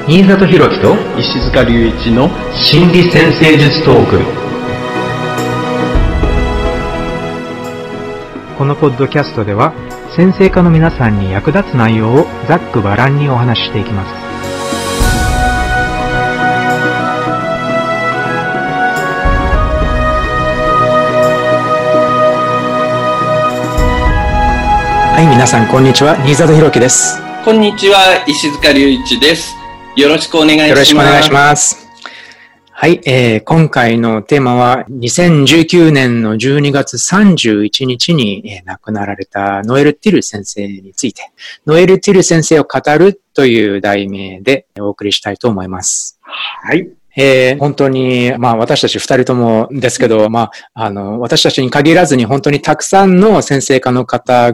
新里博樹と石塚隆一の心理先生術トーク。このポッドキャストでは先生科の皆さんに役立つ内容をざっくばらんにお話ししていきます。はい、皆さんこんにちは、新里博樹です。 こんにちは、石塚隆一です。よろしくお願いします。 よろしくお願いします。はい、今回のテーマは2019年の12月31日に、亡くなられたノエル・ティル先生について、ノエル・ティル先生を語るという題名でお送りしたいと思います。 はい。 本当に、私たち二人ともですけど、私たちに限らずに本当にたくさんの先生科の方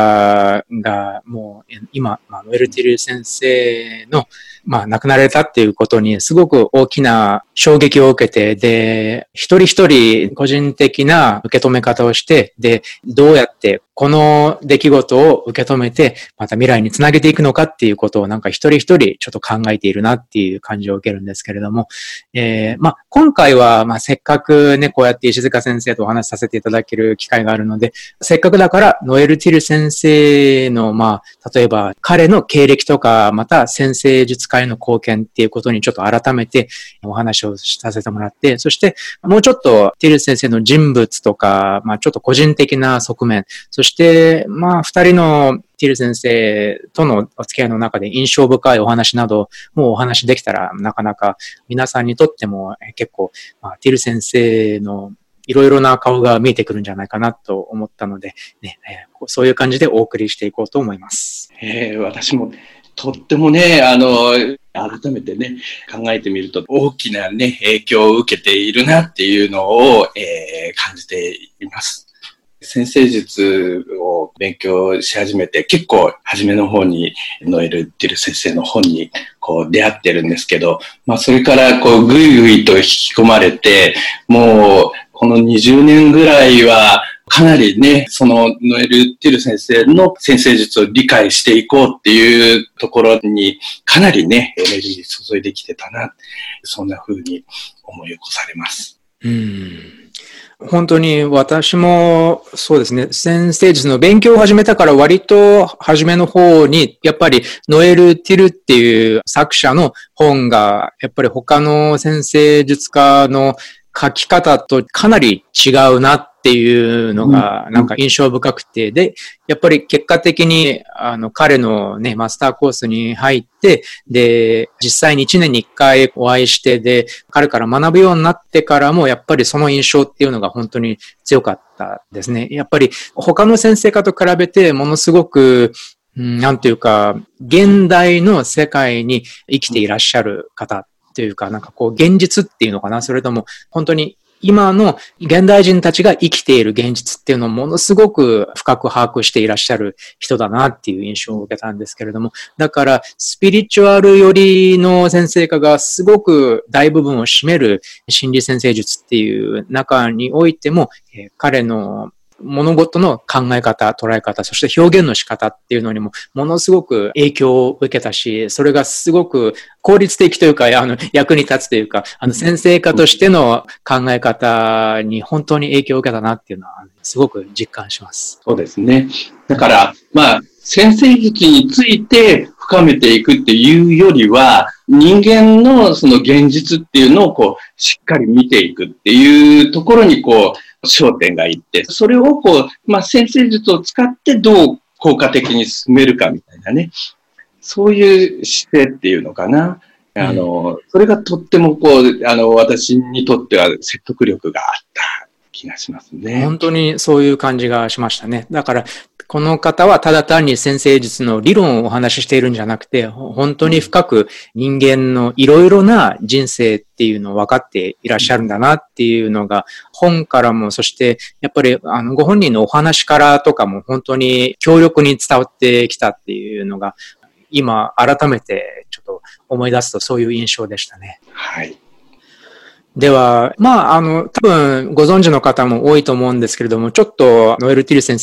々がもう今、ノエル・ティル先生の亡くなられたっていうことにすごく大きな衝撃を受けて、で、一人一人個人的な受け止め方をして、で、どうやってこの出来事を受け止めて、また未来につなげていくのかっていうことを一人一人ちょっと考えているなっていう感じを受けるんですけれども、今回はせっかくね、こうやって石塚先生とお話しさせていただける機会があるので、せっかくだからノエル・ティル先生の例えば彼の経歴とか、また先生術界の貢献っていうことにちょっと改めてお話をさせてもらって、そしてもうちょっとティル先生の人物とか、ちょっと個人的な側面、そして二人のティル先生とのお付き合いの中で印象深いお話などもうお話できたら、なかなか皆さんにとっても結構、ティル先生のいろいろな顔が見えてくるんじゃないかなと思ったので、そういう感じでお送りしていこうと思います。 私もとってもね、改めてね、考えてみると大きなね、影響を受けているなっていうのを、感じています。先生術を勉強し始めて、結構初めの方にノエル・ティル先生の本に出会ってるんですけど、それからぐいぐいと引き込まれて、もうこの20年ぐらいはかなりね、そのノエル・ティル先生の先生術を理解していこうっていうところにかなりね、エネルギー注いできてたな、そんな風に思い起こされます。 本当に私もそうですね、先生術の勉強を始めたから割と初めの方にやっぱりノエル・ティルっていう作者の本がやっぱり他の先生術家の書き方とかなり違うなっていうのが印象深くて、で、やっぱり結果的に彼のね、マスターコースに入って、で、実際に1年に1回お会いして、で、彼から学ぶようになってからもやっぱりその印象っていうのが本当に強かったですね。やっぱり他の先生家と比べてものすごくなんていうか、現代の世界に生きていらっしゃる方というか、現実っていうのかな、それとも本当に今の現代人たちが生きている現実っていうのをものすごく深く把握していらっしゃる人だなっていう印象を受けたんですけれども、だからスピリチュアル寄りの先生家がすごく大部分を占める心理先生術っていう中においても、彼の物事の考え方、捉え方、そして表現の仕方っていうのにもものすごく影響を受けたし、それがすごく効率的というか、役に立つというか、先生家としての考え方に本当に影響を受けたなっていうのは、すごく実感します。 そうですね。だから、先生術について深めていくっていうよりは、人間のその現実っていうのをしっかり見ていくっていうところに焦点がいって、それを先生術を使ってどう効果的に進めるかみたいなね、そういう姿勢っていうのかな。それがとっても私にとっては説得力があった気がしますね。 本当にそういう感じがしましたね。だから、この方はただ単に先生術の理論をお話ししているんじゃなくて、本当に深く人間のいろいろな人生っていうのを分かっていらっしゃるんだなっていうのが、本からも、そしてやっぱりご本人のお話からとかも本当に強力に伝わってきたっていうのが、今改めてちょっと思い出すとそういう印象でしたね。 はい。 では、多分ご存知の方も多いと思うんですけれども、ちょっとノエル・ティル先生の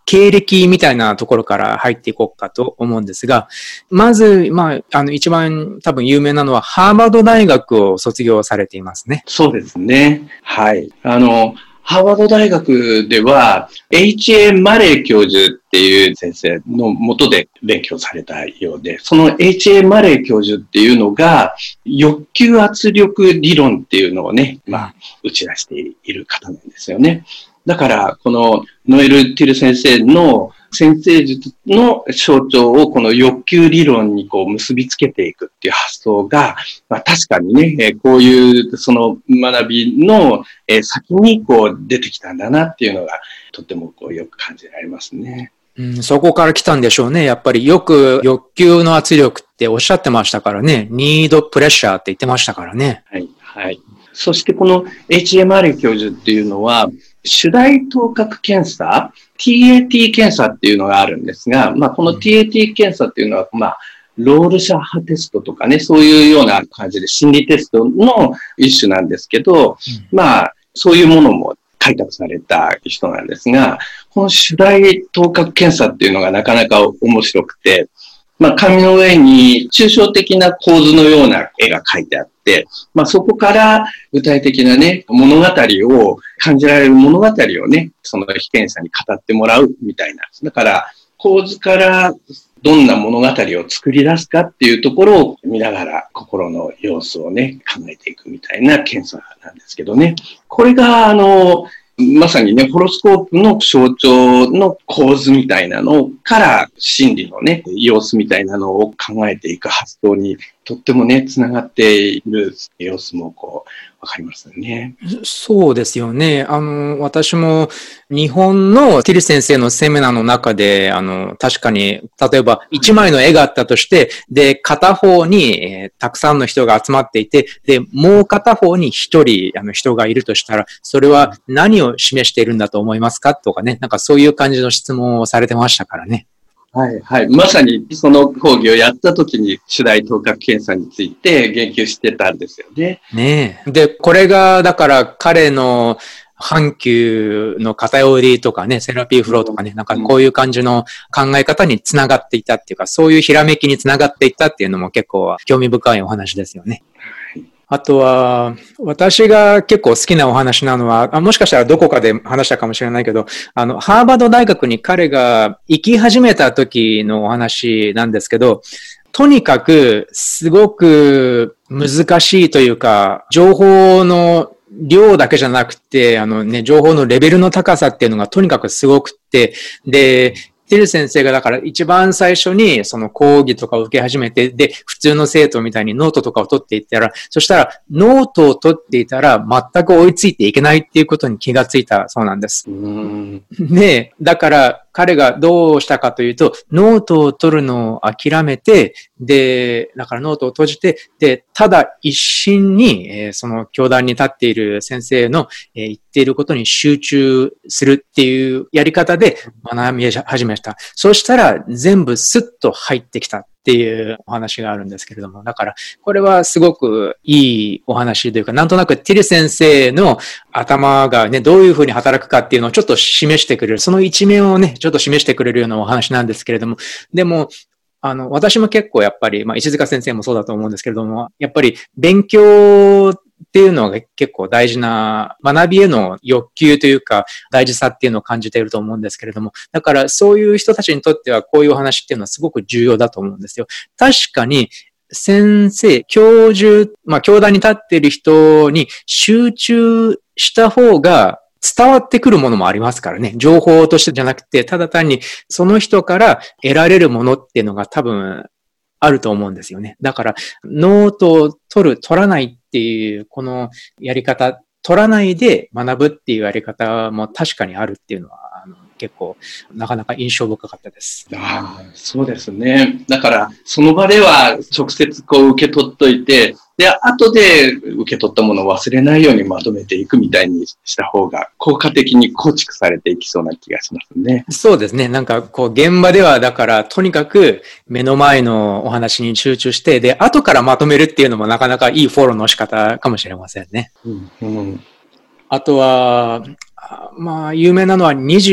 経歴みたいなところから入っていこうかと思うんですが、まず、一番多分有名なのは、ハーバード大学を卒業されていますね。 そうですね。はい。ハーバード大学では、H.A. マレー教授っていう先生の下で勉強されたようで、その H.A. マレー教授っていうのが、欲求圧力理論っていうのをね、打ち出している方なんですよね。だから、このノエル・ティル先生の先生術の象徴をこの欲求理論に結びつけていくっていう発想が、確かにね、こういうその学びの先に出てきたんだなっていうのがとってもよく感じられますね。 そこから来たんでしょうね。やっぱりよく欲求の圧力っておっしゃってましたからね。ニードプレッシャーって言ってましたからね。 はい、はい。そしてこの H.A. マレー教授っていうのは、主題頭角検査、TAT 検査っていうのがあるんですが、この TAT 検査っていうのは、ロールシャッハテストとかね、そういうような感じで心理テストの一種なんですけど、そういうものも開拓された人なんですが、この主題頭角検査っていうのがなかなか面白くて、紙の上に抽象的な構図のような絵が描いてあって、そこから具体的なね、物語を、感じられる物語をね、その被験者に語ってもらうみたいな。だから、構図からどんな物語を作り出すかっていうところを見ながら心の様子をね、考えていくみたいな検査なんですけどね。これが、まさにね、ホロスコープの象徴の構図みたいなのから心理のね、様子みたいなのを考えていく発想にとってもね、つながっている様子もわかりますよね。 そうですよね。私も日本のティル先生のセミナーの中で、確かに、例えば一枚の絵があったとして、で、片方に、たくさんの人が集まっていて、で、もう片方に一人、人がいるとしたら、それは何を示しているんだと思いますかとかね、なんかそういう感じの質問をされてましたからね。 はい、はい。まさにその講義をやった時に主題頭角検査について言及してたんですよね。 ねえ。で、これが、だから彼の阪急の偏りとかね、セラピーフローとかね、なんかこういう感じの考え方につながっていたっていうか、そういうひらめきにつながっていったっていうのも結構興味深いお話ですよね。あとは、私が結構好きなお話なのは、もしかしたらどこかで話したかもしれないけど、ハーバード大学に彼が行き始めた時のお話なんですけど、とにかくすごく難しいというか、情報の量だけじゃなくて、情報のレベルの高さっていうのがとにかくすごくて、で、ティル先生がだから一番最初にその講義とかを受け始めて、で、普通の生徒みたいにノートとかを取っていったら、そしたらノートを取っていたら全く追いついていけないっていうことに気がついたそうなんです。で、だから彼がどうしたかというと、ノートを取るのを諦めて、で、だからノートを閉じて、で、ただ一心に、その教壇に立っている先生の、言っていることに集中するっていうやり方で学び始めた。そうしたら全部スッと入ってきたっていうお話があるんですけれども、だからこれはすごくいいお話というか、なんとなくティル先生の頭がね、どういうふうに働くかっていうのをちょっと示してくれる、その一面をね、ちょっと示してくれるようなお話なんですけれども、でも、私も結構やっぱり、石塚先生もそうだと思うんですけれども、やっぱり勉強っていうのが結構大事な、学びへの欲求というか、大事さっていうのを感じていると思うんですけれども、だからそういう人たちにとってはこういうお話っていうのはすごく重要だと思うんですよ。確かに、先生、教授、教壇に立っている人に集中した方が、伝わってくるものもありますからね。情報としてじゃなくて、ただ単にその人から得られるものっていうのが多分あると思うんですよね。だから、ノートを取らないっていう、このやり方、取らないで学ぶっていうやり方も確かにあるっていうのは、結構、なかなか印象深かったです。 そうですね。だから、その場では直接受け取っといて、で、後で受け取ったものを忘れないようにまとめていくみたいにした方が効果的に構築されていきそうな気がしますね。 そうですね。なんか現場ではだからとにかく目の前のお話に集中して、で、後からまとめるっていうのもなかなかいいフォローの仕方かもしれませんね。あとは、 まあ、有名なのは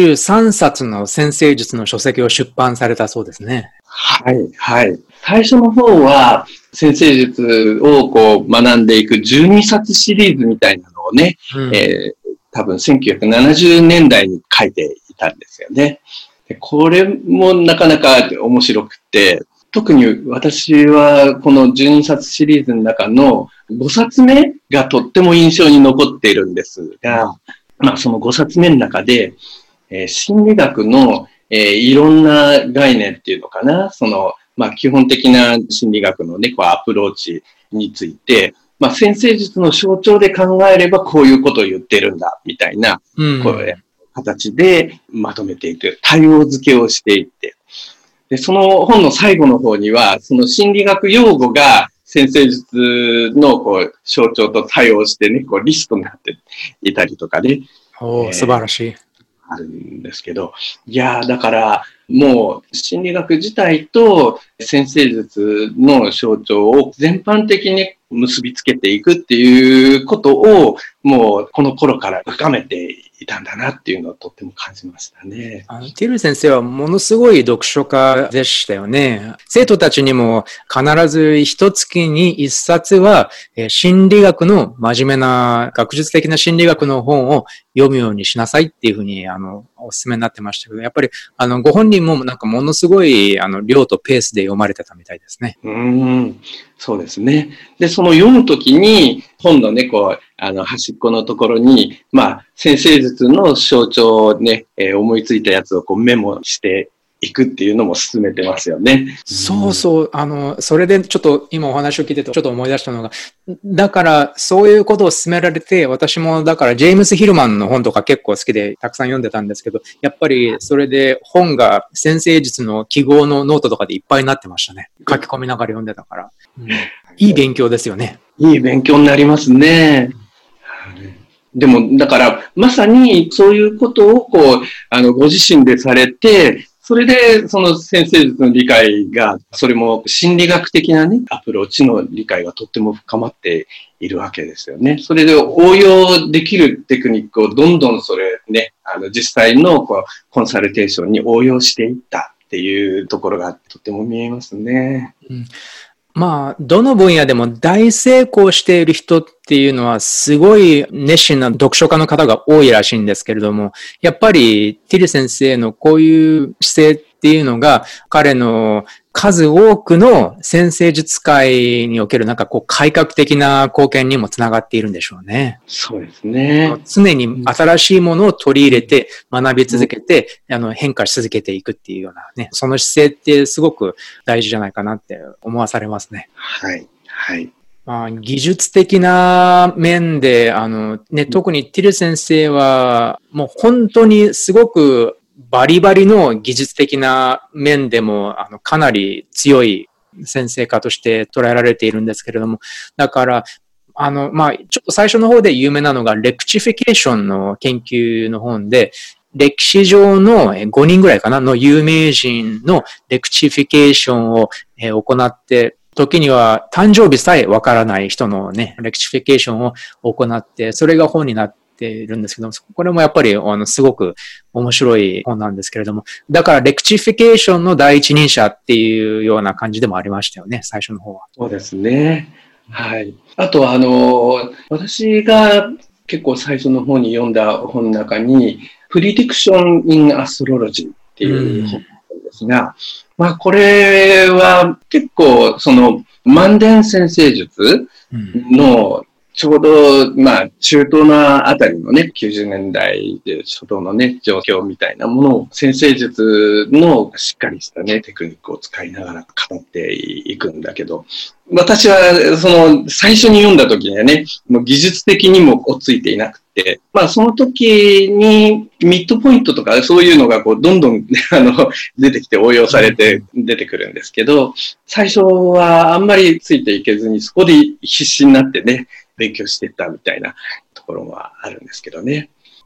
23冊の占星術の書籍を出版されたそうですね。 はい、はい。最初の方は、占星術をこう学んでいく12冊シリーズみたいなのをね、多分1970年代に書いていたんですよね。でこれもなかなか面白くて、特に私はこの12冊シリーズの中の5冊目がとっても印象に残っているんですが、まあその5冊目の中で、心理学の、いろんな概念っていうのかな、まあ基本的な心理学のね、こうアプローチについて、まあ占星術の象徴で考えればこういうことを言ってるんだ、みたいな、こう形でまとめていく、対応付けをしていって、で、その本の最後の方には、その心理学用語が占星術のこう象徴と対応してね、こうリストになっていたりとかね。 素晴らしい。 あるんですけど、いやだからもう心理学自体と占星術の象徴を全般的に結びつけていくっていうことをもうこの頃から深めていたんだなっていうのをとっても感じましたね。 ティル先生はものすごい読書家でしたよね。生徒たちにも必ず一月に一冊は心理学の真面目な学術的な心理学の本を読むようにしなさいっていうふうにお勧めになってましたけど、やっぱりご本人もなんかものすごい量とペースで読まれてたみたいですね。 そうですね。で、その読むときに本のね、こう端っこのところに、まあ占星術の象徴をね、思いついたやつをこうメモしていくっていうのも進めてますよね。 そうそう。それでちょっと今お話を聞いててちょっと思い出したのが、だからそういうことを勧められて、私もだからジェームス・ヒルマンの本とか結構好きでたくさん読んでたんですけど、やっぱりそれで本が占星術の記号のノートとかでいっぱいになってましたね。書き込みながら読んでたから。いい勉強ですよね。 いい勉強になりますね。でも、だから、まさにそういうことをこう、ご自身でされて、それで、その占星術の理解が、それも心理学的なね、アプローチの理解がとっても深まっているわけですよね。それで応用できるテクニックをどんどんそれね、実際のこうコンサルテーションに応用していったっていうところがとても見えますね。 まあ、どの分野でも大成功している人っていうのはすごい熱心な読書家の方が多いらしいんですけれども、やっぱりティル先生のこういう姿勢っていうのが彼の数多くの占星術界におけるなんかこう改革的な貢献にもつながっているんでしょうね。 そうですね。 常に新しいものを取り入れて学び続けて、変化し続けていくっていうようなね、その姿勢ってすごく大事じゃないかなって思わされますね。 はい。はい。 まあ、技術的な面で、特にティル先生は、もう本当にすごくバリバリの技術的な面でも、かなり強い先生家として捉えられているんですけれども、だから、まあ、ちょっと最初の方で有名なのが、レクチフィケーションの研究の本で、歴史上の5人ぐらいかなの有名人のレクチフィケーションを行って、時には誕生日さえわからない人のね、レクチフィケーションを行って、それが本になっているんですけども、これもやっぱりすごく面白い本なんですけれども、だからレクチフィケーションの第一人者っていうような感じでもありましたよね、最初の方は。 そうですね。はい。あと私が結構最初の方に読んだ本の中に、Prediction in Astrology っていう本なんですが、まあこれは結構満伝占星術のちょうどまあ中東のあたりのね、90年代で初頭のね、状況みたいなものを占星術のしっかりしたね、テクニックを使いながら語っていくんだけど、私は最初に読んだ時にはね、もう技術的にも追っついていなくて、まあその時にミッドポイントとかそういうのがこうどんどん出てきて応用されて出てくるんですけど、最初はあんまりついていけずにそこで必死になってね、勉強していったみたいなところもあるんですけどね。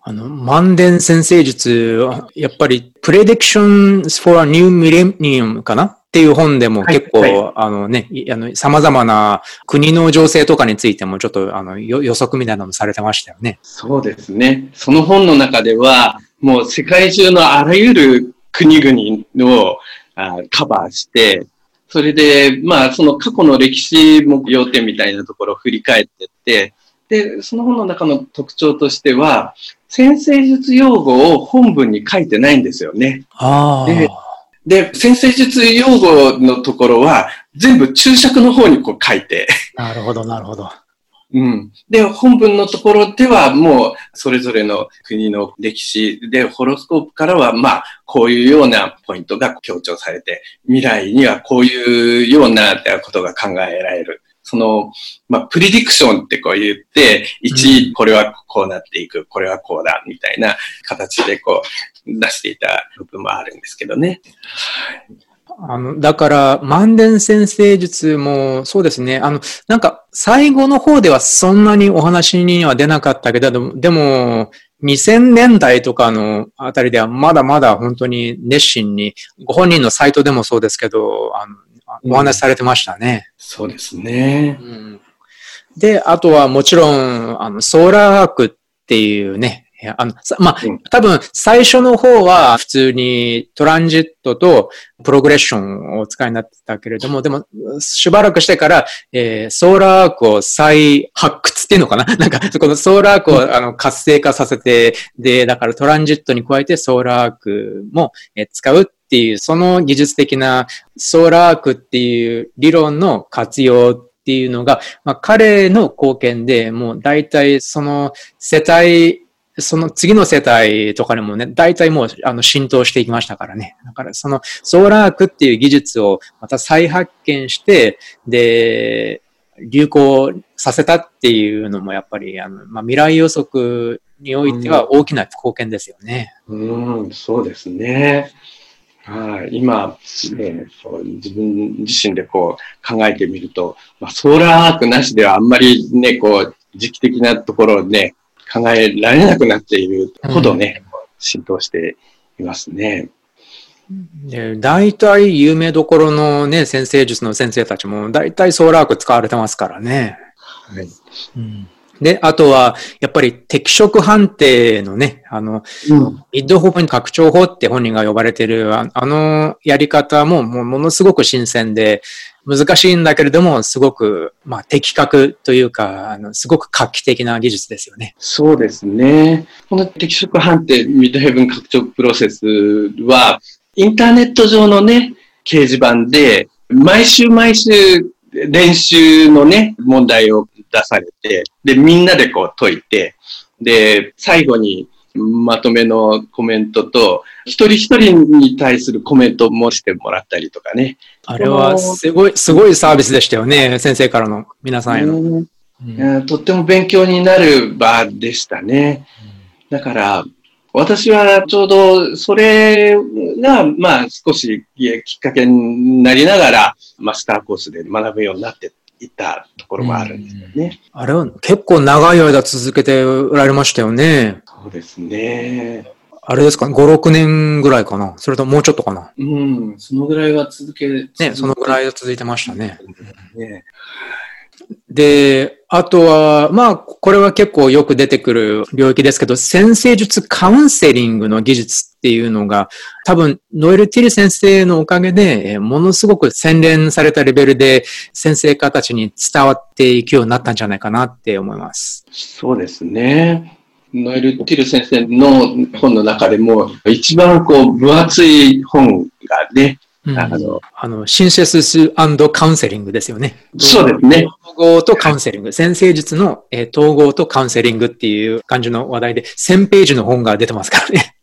万伝先生術、やっぱり、Predictions for a New Millennium かなっていう本でも結構、様々な国の情勢とかについてもちょっと、予測みたいなのもされてましたよね。 そうですね。その本の中では、もう世界中のあらゆる国々をカバーして、それで、その過去の歴史目要点みたいなところを振り返ってって、で、その本の中の特徴としては、占星術用語を本文に書いてないんですよね。で、占星術用語のところは、全部注釈の方にこう書いて。 なるほど、なるほど。 うん。で、本文のところではもう、それぞれの国の歴史で、ホロスコープからは、こういうようなポイントが強調されて、未来にはこういうようなことが考えられる。その、プリディクションってこう言って、これはこうなっていく、これはこうだ、みたいな形でこう出していた部分もあるんですけどね。 だから、万伝先生術も、そうですね。なんか、最後の方ではそんなにお話には出なかったけど、でも、2000年代とかのあたりではまだまだ本当に熱心に、ご本人のサイトでもそうですけど、お話しされてましたね。 そうですね。 で、あとはもちろん、ソーラーアークっていうね、多分最初の方は普通にトランジットとプログレッションをお使いになってたけれども、でもしばらくしてから、ソーラーアークを再発掘っていうのかななんか、このソーラーアークを活性化させて、で、だからトランジットに加えてソーラーアークも使うっていう、その技術的なソーラーアークっていう理論の活用っていうのが、彼の貢献でもう大体そのその次の世帯とかにもね、大体もう浸透していきましたからね。だからそのソーラーアークっていう技術をまた再発見して、で、流行させたっていうのもやっぱり未来予測においては大きな貢献ですよね。 そうですね。今、自分自身でこう考えてみると、ソーラーアークなしではあんまりね、こう時期的なところね、考えられなくなっているほどね、浸透していますね。 大体有名どころのね、占星術の先生たちも大体ソーラーアーク使われてますからね。で、あとは、やっぱり適色判定のね、ミッドホープ拡張法って本人が呼ばれてる、やり方もものすごく新鮮で、難しいんだけれども、すごく、的確というか、すごく画期的な技術ですよね。 そうですね。この適色判定、ミッドヘブン拡張プロセスは、インターネット上のね、掲示板で、毎週練習のね、問題を出されて、で、みんなでこう解いて、で、最後にまとめのコメントと、一人一人に対するコメントもしてもらったりとかね。 あれはすごいサービスでしたよね、先生からの皆さんへの。 とっても勉強になる場でしたね。だから、私はちょうどそれが、少しきっかけになりながら、マスターコースで学ぶようになっていったところもあるんですよね。 あれは結構長い間続けておられましたよね。 そうですね。 あれですか、5、6年ぐらいかな、それともうちょっとかな。 そのぐらいは続けね、そのぐらいは続いてましたね。で、あとは、これは結構よく出てくる領域ですけど、占星術カウンセリングの技術っていうのが、多分、ノエル・ティル先生のおかげで、ものすごく洗練されたレベルで、先生方たちに伝わっていくようになったんじゃないかなって思います。 そうですね。ノエル・ティル先生の本の中でも、一番分厚い本がね、 シンセシス&カウンセリングですよね。 そうですね。 統合とカウンセリング。占星術の統合とカウンセリングっていう感じの話題で、1000ページの本が出てますからね。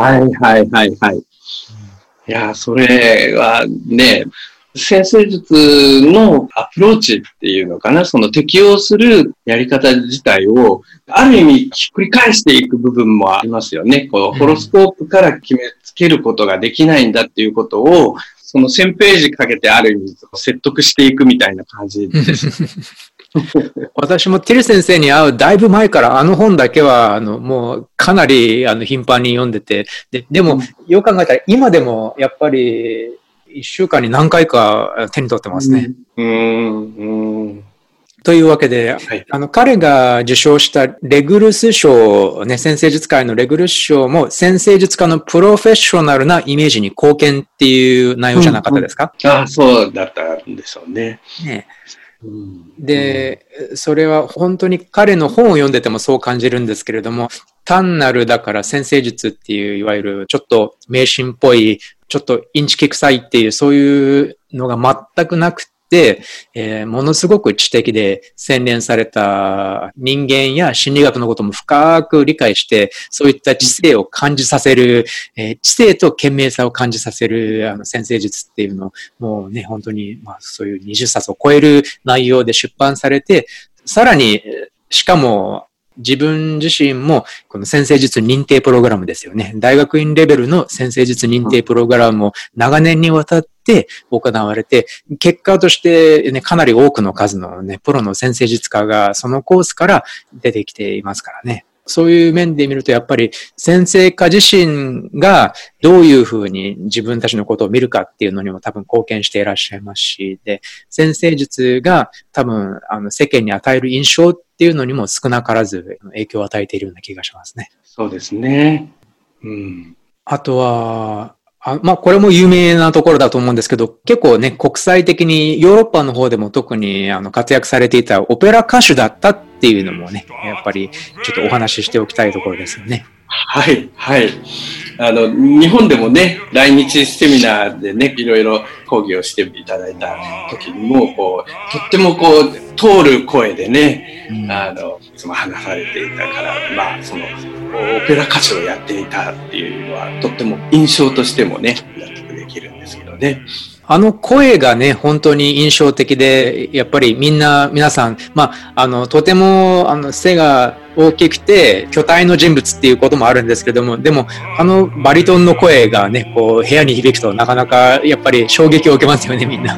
いや、それはね、占星術のアプローチっていうのかな、その適用するやり方自体を、ある意味ひっくり返していく部分もありますよね。ホロスコープから決めつけることができないんだっていうことを、その1000ページかけてある意味説得していくみたいな感じです。 私もティル先生に会うだいぶ前からあの本だけは、もうかなり頻繁に読んでて、でも、よく考えたら今でもやっぱり一週間に何回か手に取ってますね。というわけで、はい、彼が受賞したレグルス賞、ね、先生術界のレグルス賞も、先生術家のプロフェッショナルなイメージに貢献っていう内容じゃなかったですか？ そうだったんでしょうね。ね、 で、それは本当に彼の本を読んでてもそう感じるんですけれども、単なるだから先生術っていう、いわゆるちょっと迷信っぽい、ちょっとインチキ臭いっていう、そういうのが全くなくて、ものすごく知的で洗練された人間や心理学のことも深く理解して、そういった知性を感じさせる、知性と賢明さを感じさせる先生術っていうのを、もうね、本当に、そういう20冊を超える内容で出版されて、さらに、しかも、自分自身も、この先生術認定プログラムですよね。大学院レベルの先生術認定プログラムを長年にわたって行われて、結果としてね、かなり多くの数のね、プロの先生術家がそのコースから出てきていますからね。そういう面で見ると、やっぱり先生家自身がどういうふうに自分たちのことを見るかっていうのにも多分貢献していらっしゃいますし、で、先生術が多分世間に与える印象っていうのにも少なからず影響を与えているような気がしますね。 そうですね。 あとは、これも有名なところだと思うんですけど、結構ね、国際的にヨーロッパの方でも特に活躍されていたオペラ歌手だったっていうのもね、やっぱりちょっとお話ししておきたいところですよね。 はい、はい。日本でもね、来日セミナーでね、いろいろ講義をしていただいた時にも、とっても通る声でね、いつも話されていたから、オペラ歌手をやっていたっていうのは、とっても印象としてもね、納得できるんですけどね。 声がね、本当に印象的で、やっぱり皆さん、とても、背が大きくて、巨体の人物っていうこともあるんですけども、でも、バリトンの声がね、部屋に響くとなかなか、やっぱり衝撃を受けますよね、みんな。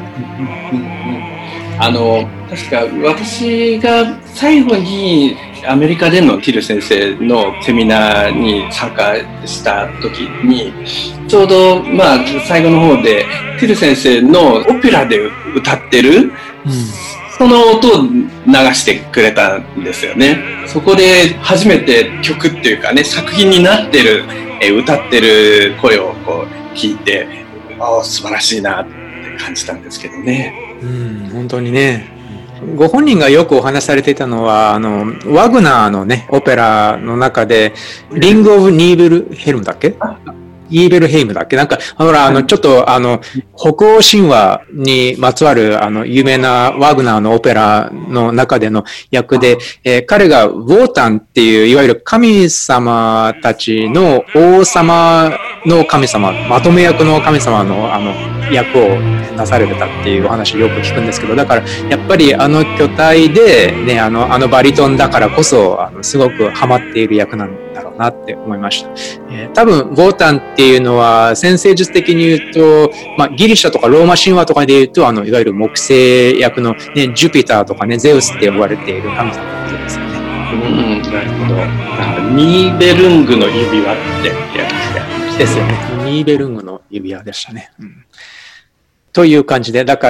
確か私が最後にアメリカでのティル先生のセミナーに参加した時に、ちょうど最後の方でティル先生のオペラで歌ってる、その音を流してくれたんですよね。そこで初めて曲っていうかね、作品になってる、歌ってる声を聞いて、素晴らしいなって感じたんですけどね。 本当にね。ご本人がよくお話しされていたのは、ワグナーのね、オペラの中で、リング・オブ・ニーベルヘルムだっけ？イーベルヘイムだっけ？なんか、ちょっと、北欧神話にまつわる、有名なワグナーのオペラの中での役で、彼がウォータンっていう、いわゆる神様たちの王様の神様、まとめ役の神様の、役をなされてたっていうお話をよく聞くんですけど、だから、やっぱり巨体で、ね、バリトンだからこそ、すごくハマっている役なんだろうなって思いました。多分、ウォータンっていうのは、先生術的に言うと、ギリシャとかローマ神話とかで言うと、いわゆる木星役のね、ジュピターとかね、ゼウスって呼ばれている神様のことですよね。 なるほど。ニーベルングの指輪ってやつですよね。ニーベルングの指輪でしたね。という感じで、だから、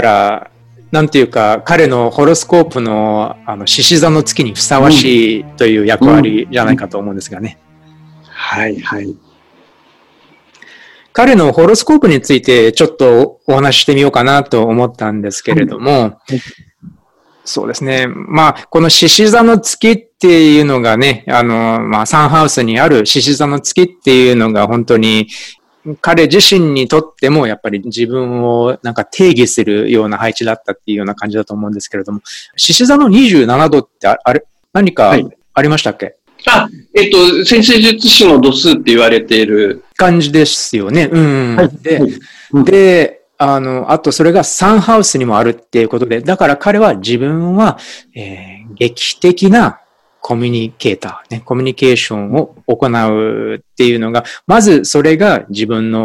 なんていうか、彼のホロスコープの、獅子座の月にふさわしいという役割じゃないかと思うんですがね。 はい、はい。 彼のホロスコープについてちょっとお話ししてみようかなと思ったんですけれども、そうですね。この獅子座の月っていうのがね、サンハウスにある獅子座の月っていうのが本当に、彼自身にとってもやっぱり自分をなんか定義するような配置だったっていうような感じだと思うんですけれども、獅子座の27度ってあれ、何かありましたっけ？ 先生術師の度数って言われている感じですよね。で、あとそれがサンハウスにもあるっていうことで、だから彼は自分は、劇的なコミュニケーター、ね、コミュニケーションを行うっていうのが、まずそれが自分の、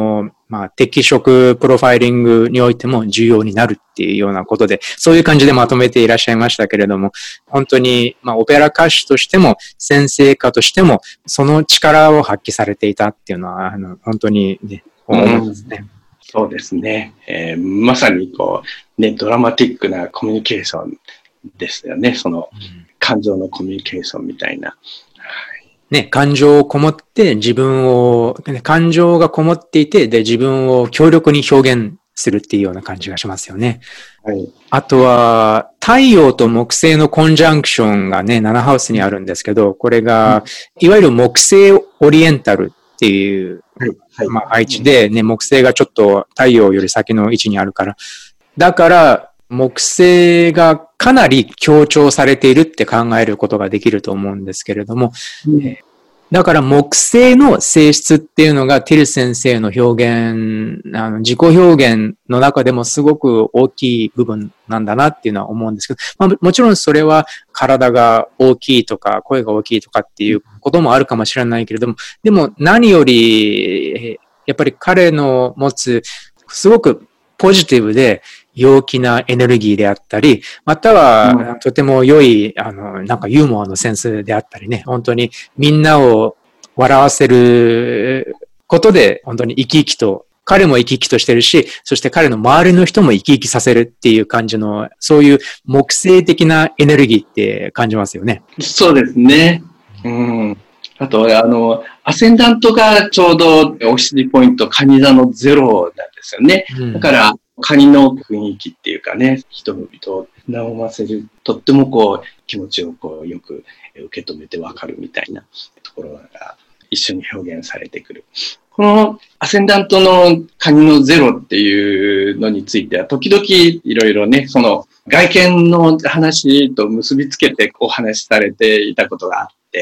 適職プロファイリングにおいても重要になるっていうようなことで、そういう感じでまとめていらっしゃいましたけれども、本当に、オペラ歌手としても、先生家としても、その力を発揮されていたっていうのは、本当にね、思いますね。 そうですね。まさにドラマティックなコミュニケーションですよね。その、感情のコミュニケーションみたいな。 ね、感情をこもって感情がこもっていて、で、自分を強力に表現するっていうような感じがしますよね。 はい。 あとは、太陽と木星のコンジャンクションがね、7ハウスにあるんですけど、これが、いわゆる木星オリエンタルっていう、配置で、ね、木星がちょっと太陽より先の位置にあるから。だから、木星がかなり強調されているって考えることができると思うんですけれども、だから木星の性質っていうのがティル先生の表現、自己表現の中でもすごく大きい部分なんだなっていうのは思うんですけど、もちろんそれは体が大きいとか声が大きいとかっていうこともあるかもしれないけれども、でも何よりやっぱり彼の持つすごくポジティブで陽気なエネルギーであったり、またはとても良い、なんかユーモアのセンスであったりね、本当にみんなを笑わせることで、本当に生き生きと、彼も生き生きとしてるし、そして彼の周りの人も生き生きさせるっていう感じの、そういう木星的なエネルギーって感じますよね。 そうですね。あと、アセンダントがちょうどお尻ポイント、カニ座のゼロなんですよね。だから、カニの雰囲気っていうかね、人々を和ませる、とっても気持ちをよく受け止めてわかるみたいなところが一緒に表現されてくる。このアセンダントのカニのゼロっていうのについては、時々いろいろね、その外見の話と結びつけてお話しされていたことがあって、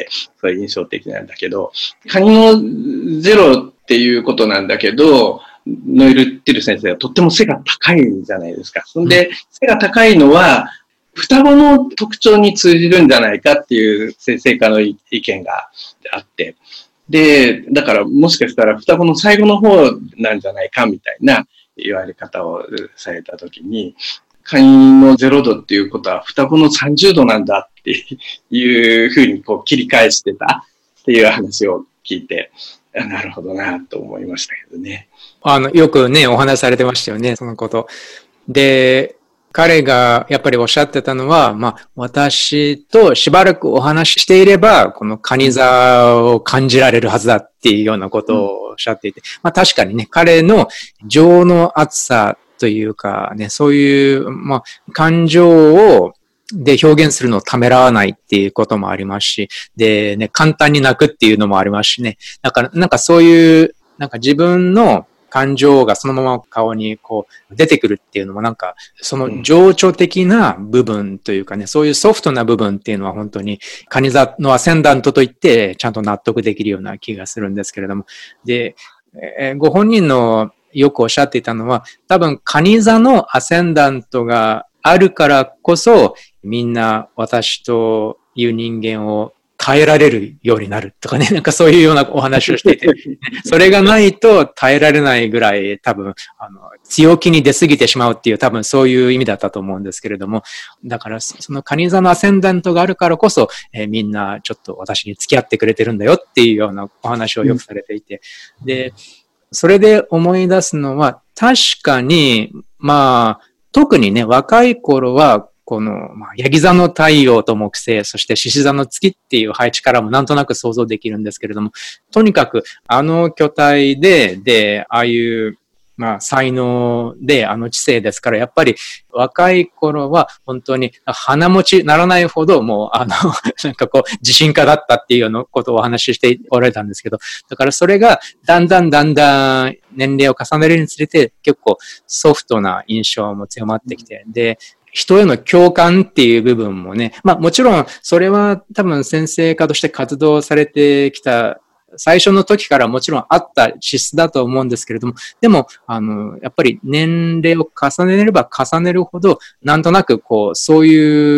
それ印象的なんだけど、カニのゼロっていうことなんだけど、ノエル・ティル先生はとっても背が高いじゃないですか。そんで、背が高いのは、双子の特徴に通じるんじゃないかっていう先生家の意見があって、で、だからもしかしたら双子の最後の方なんじゃないかみたいな言われ方をされたときに、カニの0度っていうことは双子の30度なんだっていうふうに切り返してたっていう話を聞いて、なるほどなと思いましたけどね。 よくね、お話しされてましたよね、そのこと。で、彼がやっぱりおっしゃってたのは、私としばらくお話ししていれば、このカニ座を感じられるはずだっていうようなことをおっしゃっていて、確かにね、彼の情の熱さというかね、そういう、感情をで表現するのをためらわないっていうこともありますし、でね、簡単に泣くっていうのもありますしね。だからなんかそういう、なんか自分の感情がそのまま顔に出てくるっていうのもなんか、その情緒的な部分というかね、そういうソフトな部分っていうのは本当にカニ座のアセンダントといってちゃんと納得できるような気がするんですけれども。で、ご本人のよくおっしゃっていたのは、多分カニ座のアセンダントがあるからこそ、みんな私という人間を耐えられるようになるとかね、なんかそういうようなお話をしていて、それがないと耐えられないぐらい多分、強気に出過ぎてしまうっていう多分そういう意味だったと思うんですけれども、だからそのカニ座のアセンダントがあるからこそ、みんなちょっと私に付き合ってくれてるんだよっていうようなお話をよくされていて、で、それで思い出すのは、確かに、特にね、若い頃は、この、ヤギ座の太陽と木星、そして獅子座の月っていう配置からもなんとなく想像できるんですけれども、とにかく巨体で、ああいう、才能で知性ですから、やっぱり若い頃は本当に鼻持ちならないほどもうなんか自信家だったっていうようなことをお話ししておられたんですけど、だからそれがだんだん年齢を重ねるにつれて結構ソフトな印象も強まってきて、で、人への共感っていう部分もね、もちろんそれは多分先生家として活動されてきた最初の時からもちろんあった資質だと思うんですけれども、でも、やっぱり年齢を重ねれば重ねるほど、なんとなくそういう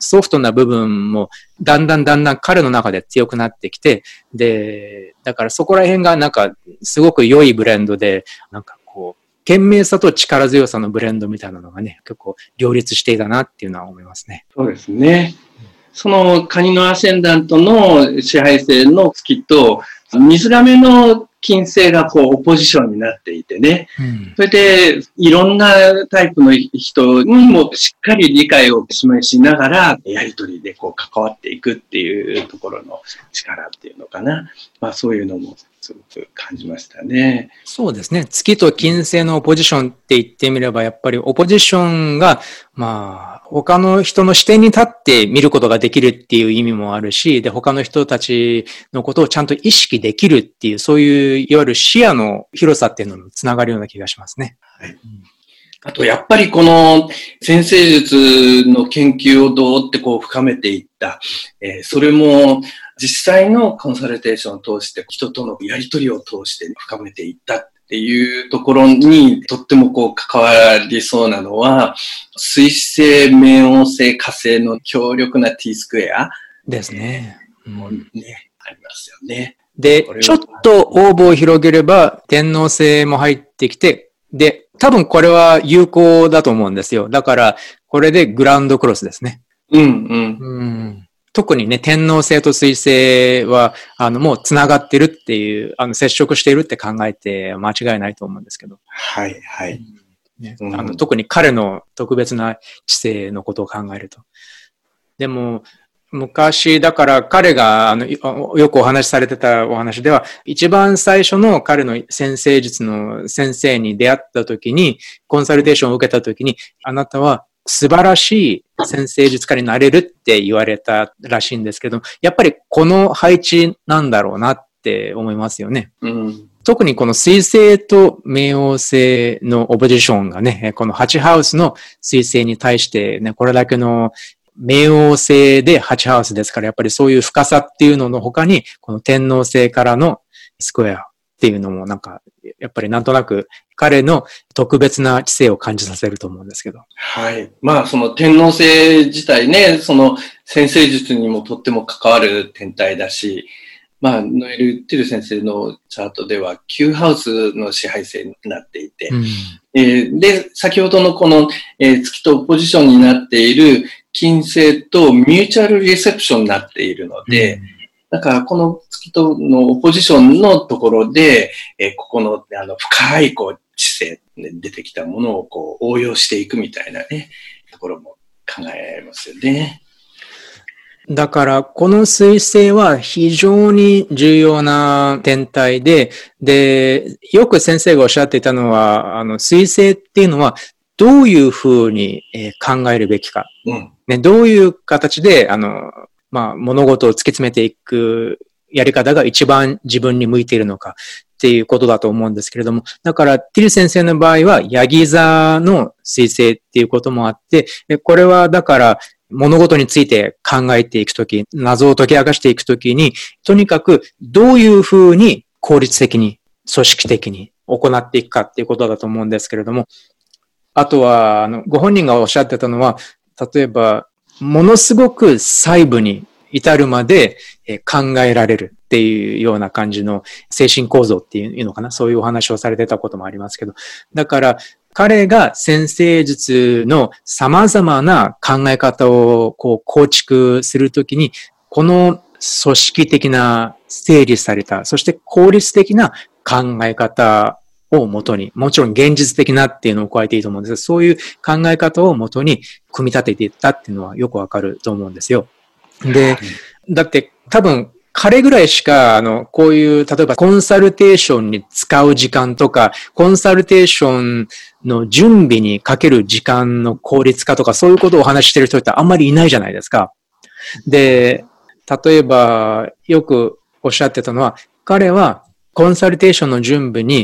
ソフトな部分もだんだん彼の中で強くなってきて、で、だからそこら辺がなんかすごく良いブレンドで、なんかこう、懸命さと力強さのブレンドみたいなのがね、結構両立していたなっていうのは思いますね。 そうですね。そのカニのアセンダントの支配性の月と、水亀の金星がこうオポジションになっていてね。それで、いろんなタイプの人にもしっかり理解を示しながら、やりとりでこう関わっていくっていうところの力っていうのかな。まあそういうのもすごく感じましたね。 そうですね。月と金星のオポジションって言ってみれば、やっぱりオポジションが、まあ、他の人の視点に立って見ることができるっていう意味もあるし、で、他の人たちのことをちゃんと意識できるっていう、そういう、いわゆる視野の広さっていうのにつながるような気がしますね。 はい。あと、やっぱりこの占星術の研究をどうってこう深めていった。それも実際のコンサルテーションを通して人とのやりとりを通して深めていったっていうところにとってもこう関わりそうなのは、水星、冥王星、火星の強力な T スクエアですね。 もね、ありますよね。 で、ちょっとオーブを広げれば天王星も入ってきて、で、多分これは有効だと思うんですよ。だから、これでグラウンドクロスですね。特にね、天王星と水星は、もう繋がってるっていう、接触しているって考えて間違いないと思うんですけど。 はい、はい。 ね、特に彼の特別な知性のことを考えると。でも、昔、だから彼が、よくお話しされてたお話では、一番最初の彼の占星術の先生に出会った時に、コンサルテーションを受けた時に、あなたは素晴らしい占星術家になれるって言われたらしいんですけど、やっぱりこの配置なんだろうなって思いますよね。特にこの水星と冥王星のオポジションがね、この8ハウスの水星に対してね、これだけの冥王星で8ハウスですから、やっぱりそういう深さっていうのの他に、この天王星からのスクエアっていうのもなんか、やっぱりなんとなく彼の特別な知性を感じさせると思うんですけど。 はい。まあその天王星自体ね、その占星術にもとっても関わる天体だし、まあノエル・ティル先生のチャートでは9ハウスの支配星になっていて、で、先ほどのこの、月とポジションになっている金星とミューチャルリセプションになっているので、だからこの月とのオポジションのところで、ここの深いこう知性で出てきたものをこう応用していくみたいなね、ところも考えますよね。 だから、この水星は非常に重要な天体で、よく先生がおっしゃっていたのは、水星っていうのはどういうふうに考えるべきか。ね、どういう形で、まあ、物事を突き詰めていくやり方が一番自分に向いているのかっていうことだと思うんですけれども、だから、ティル先生の場合は、ヤギ座の水星っていうこともあって、これはだから、物事について考えていくとき、謎を解き明かしていくときに、とにかくどういうふうに効率的に、組織的に行っていくかっていうことだと思うんですけれども、あとは、ご本人がおっしゃってたのは、例えば、ものすごく細部に至るまで考えられるっていうような感じの精神構造っていうのかな、そういうお話をされてたこともありますけど、だから、彼が占星術の様々な考え方をこう構築するときに、この組織的な整理された、そして効率的な考え方をもとに、もちろん現実的なっていうのを加えていいと思うんですが、そういう考え方をもとに組み立てていったっていうのはよくわかると思うんですよ。で、だって多分、彼ぐらいしか、こういう、例えばコンサルテーションに使う時間とか、コンサルテーションの準備にかける時間の効率化とか、そういうことをお話ししてる人ってあんまりいないじゃないですか。で、例えば、よくおっしゃってたのは、彼はコンサルテーションの準備に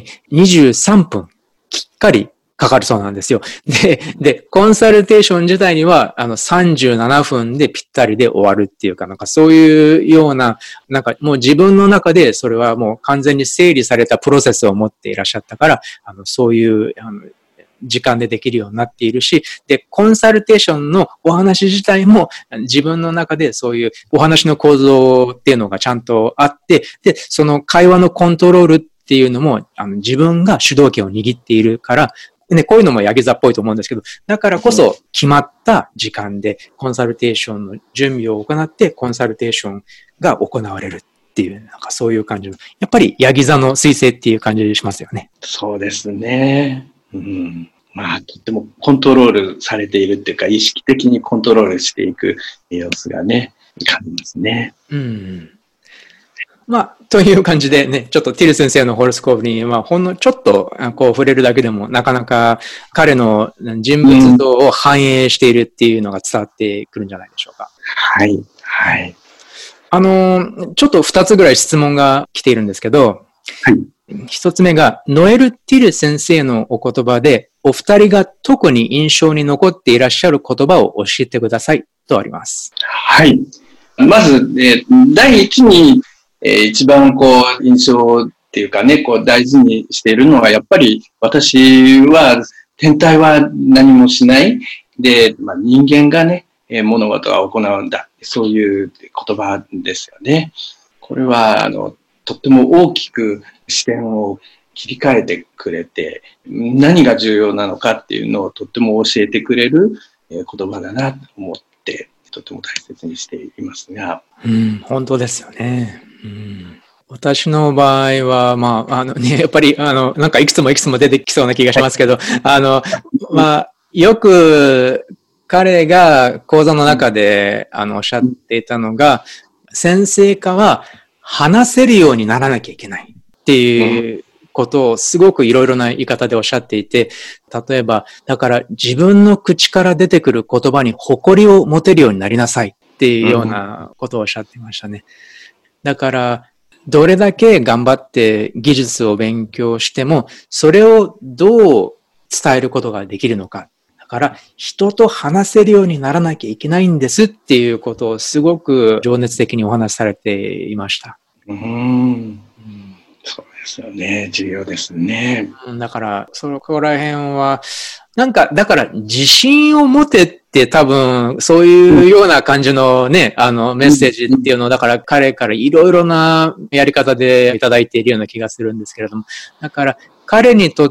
23分きっかりかかるそうなんですよ。で、コンサルテーション自体には、37分でぴったりで終わるっていうか、なんかそういうような、なんかもう自分の中でそれはもう完全に整理されたプロセスを持っていらっしゃったから、そういう、 時間でできるようになっているし、で、コンサルテーションのお話自体も自分の中でそういうお話の構造っていうのがちゃんとあって、で、その会話のコントロールっていうのも自分が主導権を握っているから、ね、こういうのもヤギ座っぽいと思うんですけど、だからこそ決まった時間でコンサルテーションの準備を行ってコンサルテーションが行われるっていう、なんかそういう感じの、やっぱりヤギ座の彗星っていう感じしますよね。 そうですね。うん。まあ、とってもコントロールされているっていうか、意識的にコントロールしていく様子がね、感じますね。 うん。まあ、という感じでね、ちょっとティル先生のホロスコープに、まあ、ほんのちょっとこう触れるだけでも、なかなか彼の人物像を反映しているっていうのが伝わってくるんじゃないでしょうか。 はい、はい。 ちょっと2つぐらい質問が来ているんですけど、 はい。 1つ目が、ノエル・ティル先生のお言葉で、お二人が特に印象に残っていらっしゃる言葉を教えてくださいとあります。 はい。まず、第一に、一番こう印象っていうかね、こう大事にしているのは、やっぱり私は天体は何もしない。で、まあ、人間がね、物事は行うんだ。そういう言葉ですよね。これは、とっても大きく視点を切り替えてくれて、何が重要なのかっていうのをとっても教えてくれる言葉だなと思って、とても大切にしていますが。 本当ですよね。私の場合は、まあ、ね、やっぱり、なんかいくつも出てきそうな気がしますけど、まあ、よく彼が講座の中で、おっしゃっていたのが、先生家は話せるようにならなきゃいけないっていうことをすごくいろいろな言い方でおっしゃっていて、例えば、だから自分の口から出てくる言葉に誇りを持てるようになりなさいっていうようなことをおっしゃっていましたね。だから、どれだけ頑張って技術を勉強しても、それをどう伝えることができるのか。だから、人と話せるようにならなきゃいけないんですっていうことをすごく情熱的にお話しされていました。 そうですよね。重要ですね。 だから、そこら辺は、なんか、だから、自信を持てって多分、そういうような感じのね、メッセージっていうのを、だから彼からいろいろなやり方でいただいているような気がするんですけれども、だから、彼にとって、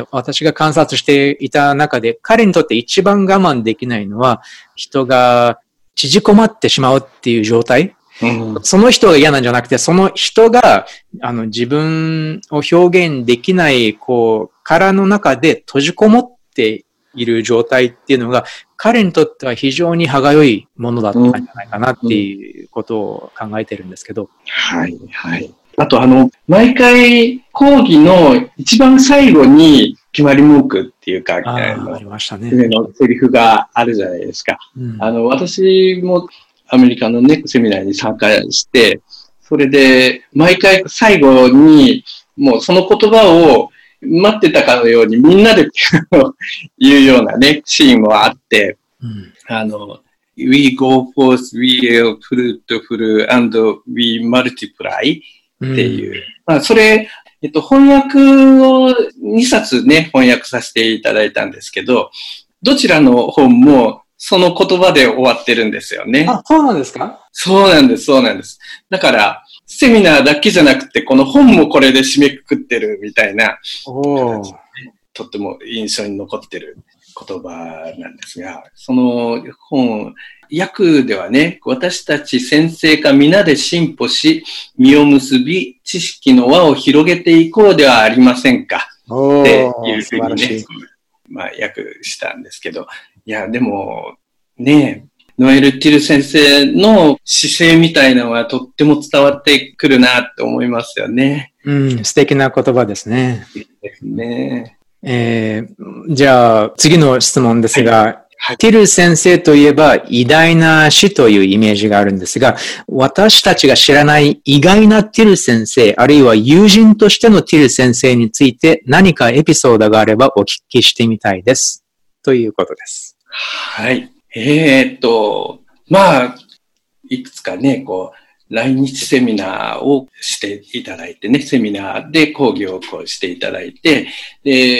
私が観察していた中で、彼にとって一番我慢できないのは、人が縮こまってしまうっていう状態。その人が嫌なんじゃなくて、その人が、自分を表現できない、殻の中で閉じこもっている状態っていうのが、彼にとっては非常に歯がゆいものだったんじゃないかなっていうことを考えてるんですけど。 はい、はい。あと、毎回講義の一番最後に決まり文句っていうか、 ありましたね。 上のセリフがあるじゃないですか。私もアメリカのね、セミナーに参加して、それで、毎回最後に、もうその言葉を待ってたかのようにみんなで言うようなね、シーンもあって、We go forth, we are fruitful, and we multiply っていう。まあ、それ、翻訳を2冊ね、翻訳させていただいたんですけど、どちらの本も、その言葉で終わってるんですよね。 あ、そうなんですか？ そうなんです、そうなんです。だから、セミナーだけじゃなくて、この本もこれで締めくくってるみたいな、とっても印象に残ってる言葉なんですが、その本、訳ではね、私たち先生が皆で進歩し、実を結び、知識の輪を広げていこうではありませんか。っていうふうにね、まあ、訳したんですけど、いや、でも、ね、ノエル・ティル先生の姿勢みたいなのはとっても伝わってくるなって思いますよね。 素敵な言葉ですね。 ですね。 じゃあ、次の質問ですが、ティル先生といえば偉大な師というイメージがあるんですが、私たちが知らない意外なティル先生、あるいは友人としてのティル先生について何かエピソードがあればお聞きしてみたいです。ということです。 はい。まあ、いくつかね、来日セミナーをしていただいてね、セミナーで講義をしていただいて、で、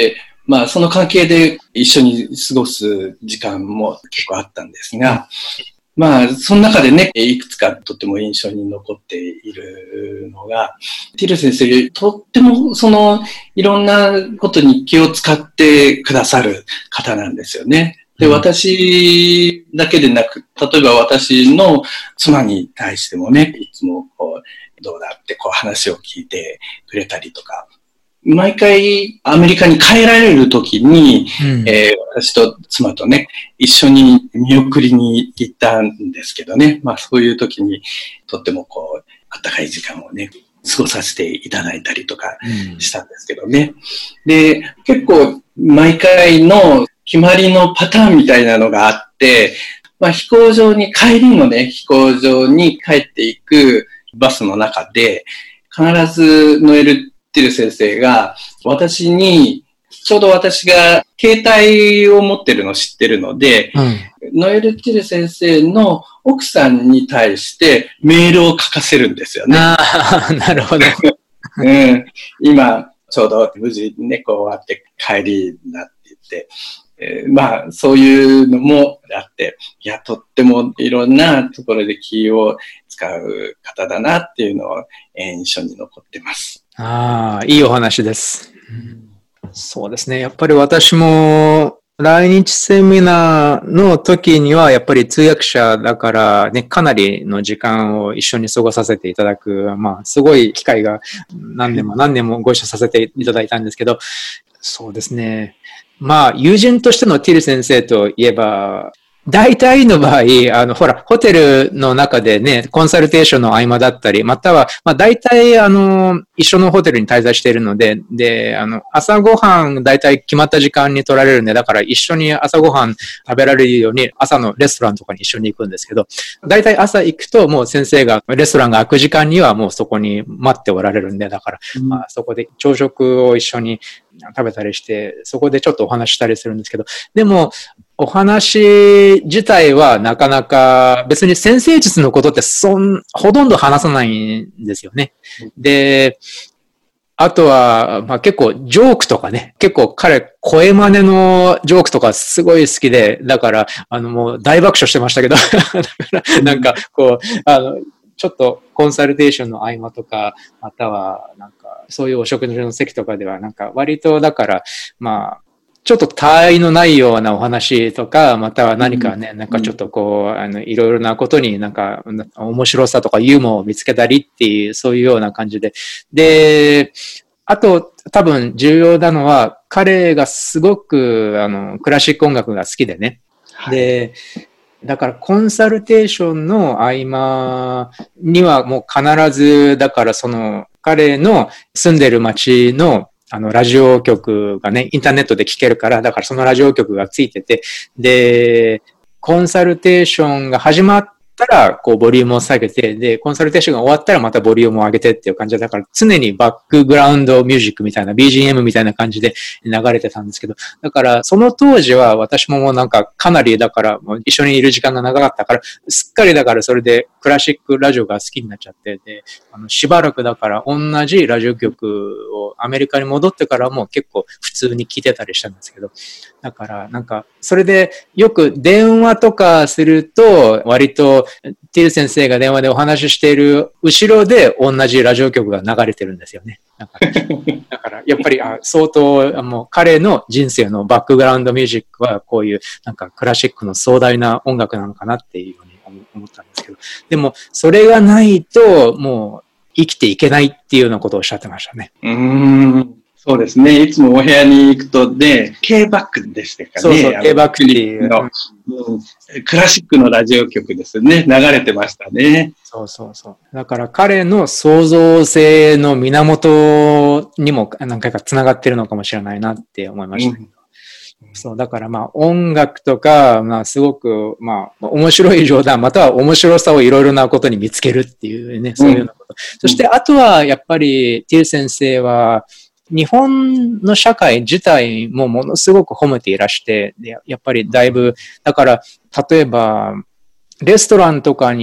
まあ、その関係で一緒に過ごす時間も結構あったんですが、まあ、その中でね、いくつかとても印象に残っているのが、ティル先生、とってもいろんなことに気を使ってくださる方なんですよね。で、私だけでなく、例えば私の妻に対してもね、いつもどうだって話を聞いてくれたりとか、毎回アメリカに帰られるときに、私と妻とね、一緒に見送りに行ったんですけどね。まあそういうときにとってもあったかい時間をね、過ごさせていただいたりとかしたんですけどね。で、結構毎回の決まりのパターンみたいなのがあって、まあ帰りのね、飛行場に帰っていくバスの中で、必ずノエル・ティル先生が私に、ちょうど私が携帯を持ってるの知ってるので、ノエル・ティル先生の奥さんに対してメールを書かせるんですよね。 ああ、なるほど。 今、ちょうど無事終わって帰りなって言って、まあ、そういうのもあって、いや、とってもいろんなところで気を使う方だなっていうのを印象に残ってます。 ああ、いいお話です。そうですね。やっぱり私も来日セミナーの時にはやっぱり通訳者だからね、かなりの時間を一緒に過ごさせていただく、まあ、すごい機会が何年もご一緒させていただいたんですけど、そうですね。まあ、友人としてのティル先生といえば、大体の場合、ほら、ホテルの中でね、コンサルテーションの合間だったり、または、まあ、大体、一緒のホテルに滞在しているので、で、朝ごはん、大体決まった時間に取られるんで、だから一緒に朝ごはん食べられるように、朝のレストランとかに一緒に行くんですけど、大体朝行くと、もう先生が、レストランが開く時間にはもうそこに待っておられるんで、だから、まあ、そこで朝食を一緒に食べたりして、そこでちょっとお話したりするんですけど、でも、お話自体はなかなか別に先生術のことってほとんど話さないんですよね。で、あとは、まあ結構ジョークとかね、結構彼声真似のジョークとかすごい好きで、だからもう大爆笑してましたけど、だからなんかちょっとコンサルテーションの合間とか、またはなんかそういうお食事の席とかではなんか割とだからまあちょっと他愛のないようなお話とか、または何かね、なんかちょっといろいろなことになんか面白さとかユーモアを見つけたりっていう、そういうような感じで。で、あと多分重要なのは、彼がすごくクラシック音楽が好きでね。はい、で、だからコンサルテーションの合間にはもう必ず、だから彼の住んでる街のラジオ局がね、インターネットで聞けるから、だからそのラジオ局がついてて、で、コンサルテーションが始まったら、ボリュームを下げて、で、コンサルテーションが終わったらまたボリュームを上げてっていう感じで、だから常にバックグラウンドミュージックみたいな、BGM みたいな感じで流れてたんですけど、だからその当時は私ももうなんかかなりだからもう一緒にいる時間が長かったから、すっかりだからそれでクラシックラジオが好きになっちゃって、で、しばらくだから同じラジオ局をアメリカに戻ってからも結構普通に聞いてたりしたんですけど、だからなんかそれでよく電話とかすると割とティル先生が電話でお話ししている後ろで同じラジオ局が流れてるんですよね。だからやっぱり相当もう彼の人生のバックグラウンドミュージックはこういうなんかクラシックの壮大な音楽なのかなっていうふうに思ったんですけど、でもそれがないともう生きていけないっていうようなことをおっしゃってましたね。 そうですね。いつもお部屋に行くとね、K-BACK でしたかね。 そうそう、K-BACK っていうの、クラシックのラジオ局ですね。流れてましたね。 そうそうそう。だから彼の創造性の源にも何回か繋がってるのかもしれないなって思いました。そう、だからまあ音楽とか、まあすごく、まあ面白い冗談、または面白さをいろいろなことに見つけるっていうね、そういうようなこと。そしてあとはやっぱりティル先生は、日本の社会自体もものすごく褒めていらして、やっぱりだいぶ、だから例えばレストランとかに行っ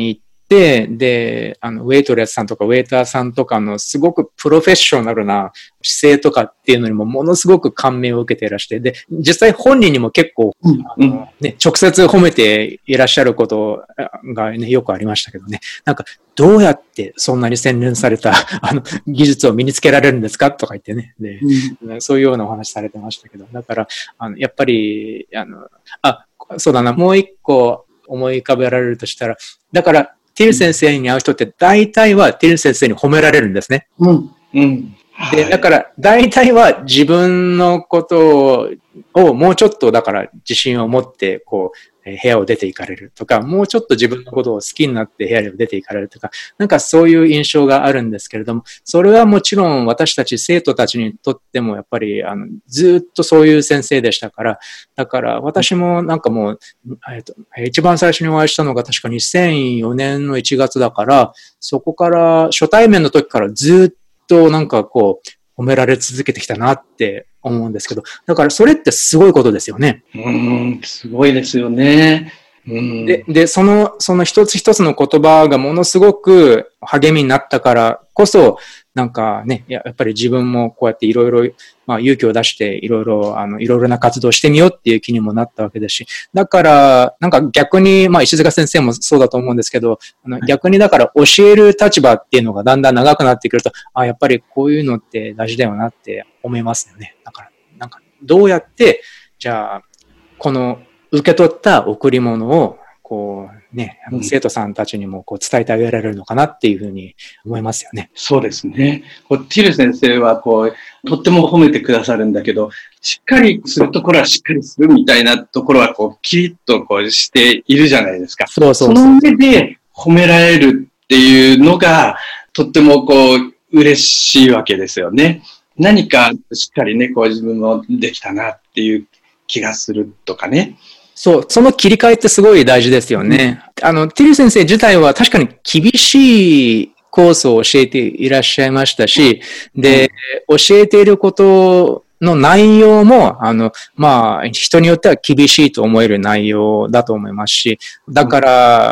で、ウェイトレスさんとかウェイターさんとかのすごくプロフェッショナルな姿勢とかっていうのにもものすごく感銘を受けていらして、で、実際本人にも結構、直接褒めていらっしゃることがね、よくありましたけどね。なんか、どうやってそんなに洗練された、技術を身につけられるんですかとか言ってね。で、そういうようなお話されてましたけど。だから、やっぱり、そうだな、もう一個思い浮かべられるとしたら、だから、ティル先生に会う人って大体はティル先生に褒められるんですね。で、だから、大体は自分のことをもうちょっと、だから自信を持って、こう、部屋を出て行かれるとか、もうちょっと自分のことを好きになって部屋を出て行かれるとか、なんかそういう印象があるんですけれども、それはもちろん私たち生徒たちにとってもやっぱり、ずっとそういう先生でしたから、だから私もなんかもう、一番最初にお会いしたのが確か2004年の1月だから、そこから初対面の時からずっとなんかこう、褒められ続けてきたなって思うんですけど、だからそれってすごいことですよね。 すごいですよね。 で、その一つ一つの言葉がものすごく励みになったからこそ、なんかね、やっぱり自分もこうやっていろいろ、勇気を出していろいろな活動をしてみようっていう気にもなったわけですし、だから、なんか逆に、石塚先生もそうだと思うんですけど、逆にだから教える立場っていうのがだんだん長くなってくると、やっぱりこういうのって大事だよなって思いますよね。だから、なんかどうやって、じゃあ、この受け取った贈り物を、こうね、生徒さんたちにもこう伝えてあげられるのかなっていうふうに思いますよね。 そうですね。ティル先生はとっても褒めてくださるんだけど、しっかりするところはしっかりするみたいなところはキリッとしているじゃないですか。その上で褒められるっていうのが、とっても嬉しいわけですよね。何かしっかりね、自分もできたなっていう気がするとかね。 そう、その切り替えってすごい大事ですよね。ティル先生自体は確かに厳しいコースを教えていらっしゃいましたし、で、教えていることの内容も、人によっては厳しいと思える内容だと思いますし、だから、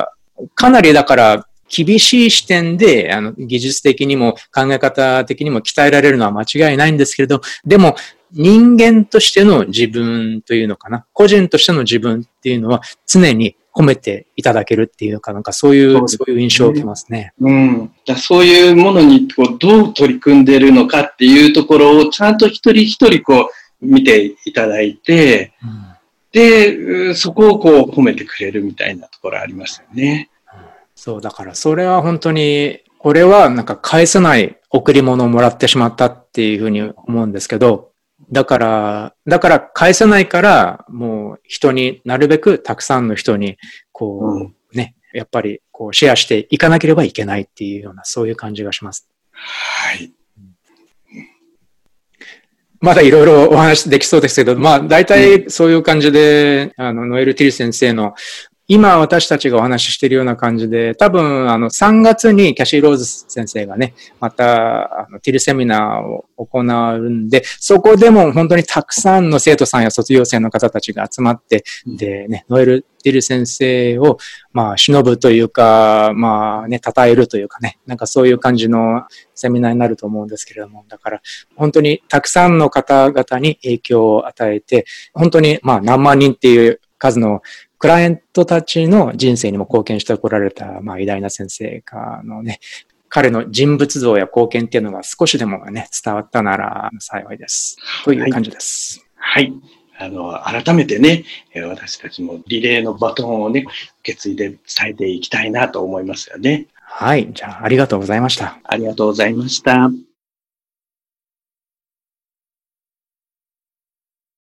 かなり厳しい視点で、技術的にも考え方的にも鍛えられるのは間違いないんですけれど、でも、人間としての自分というのかな、個人としての自分っていうのは常に褒めていただけるっていうか、なんかそういう印象を受けますね。 そういうものにどう取り組んでいるのかっていうところをちゃんと一人一人見ていただいて、で、そこを褒めてくれるみたいなところありますよね。 そう、だからそれは本当に、これはなんか返せない贈り物をもらってしまったっていうふうに思うんですけど、だから返せないから、もう人になるべくたくさんの人に、やっぱりシェアしていかなければいけないっていうような、そういう感じがします。 はい。 まだいろいろお話できそうですけど、大体そういう感じで、ノエル・ティル先生の今私たちがお話ししているような感じで、多分3月にキャシー・ローズ先生がね、またティルセミナーを行うんで、そこでも本当にたくさんの生徒さんや卒業生の方たちが集まって、でね、ノエル・ティル先生を偲ぶというか、称えるというかね、なんかそういう感じのセミナーになると思うんですけれども、だから本当にたくさんの方々に影響を与えて、本当に何万人っていう数のクライアントたちの人生にも貢献してこられた、偉大な先生のね、彼の人物像や貢献っていうのが少しでもね、伝わったなら幸いです。という感じです。 はい。改めてね、私たちもリレーのバトンをね、受け継いで伝えていきたいなと思いますよね。 はい。じゃあ、ありがとうございました。 ありがとうございました。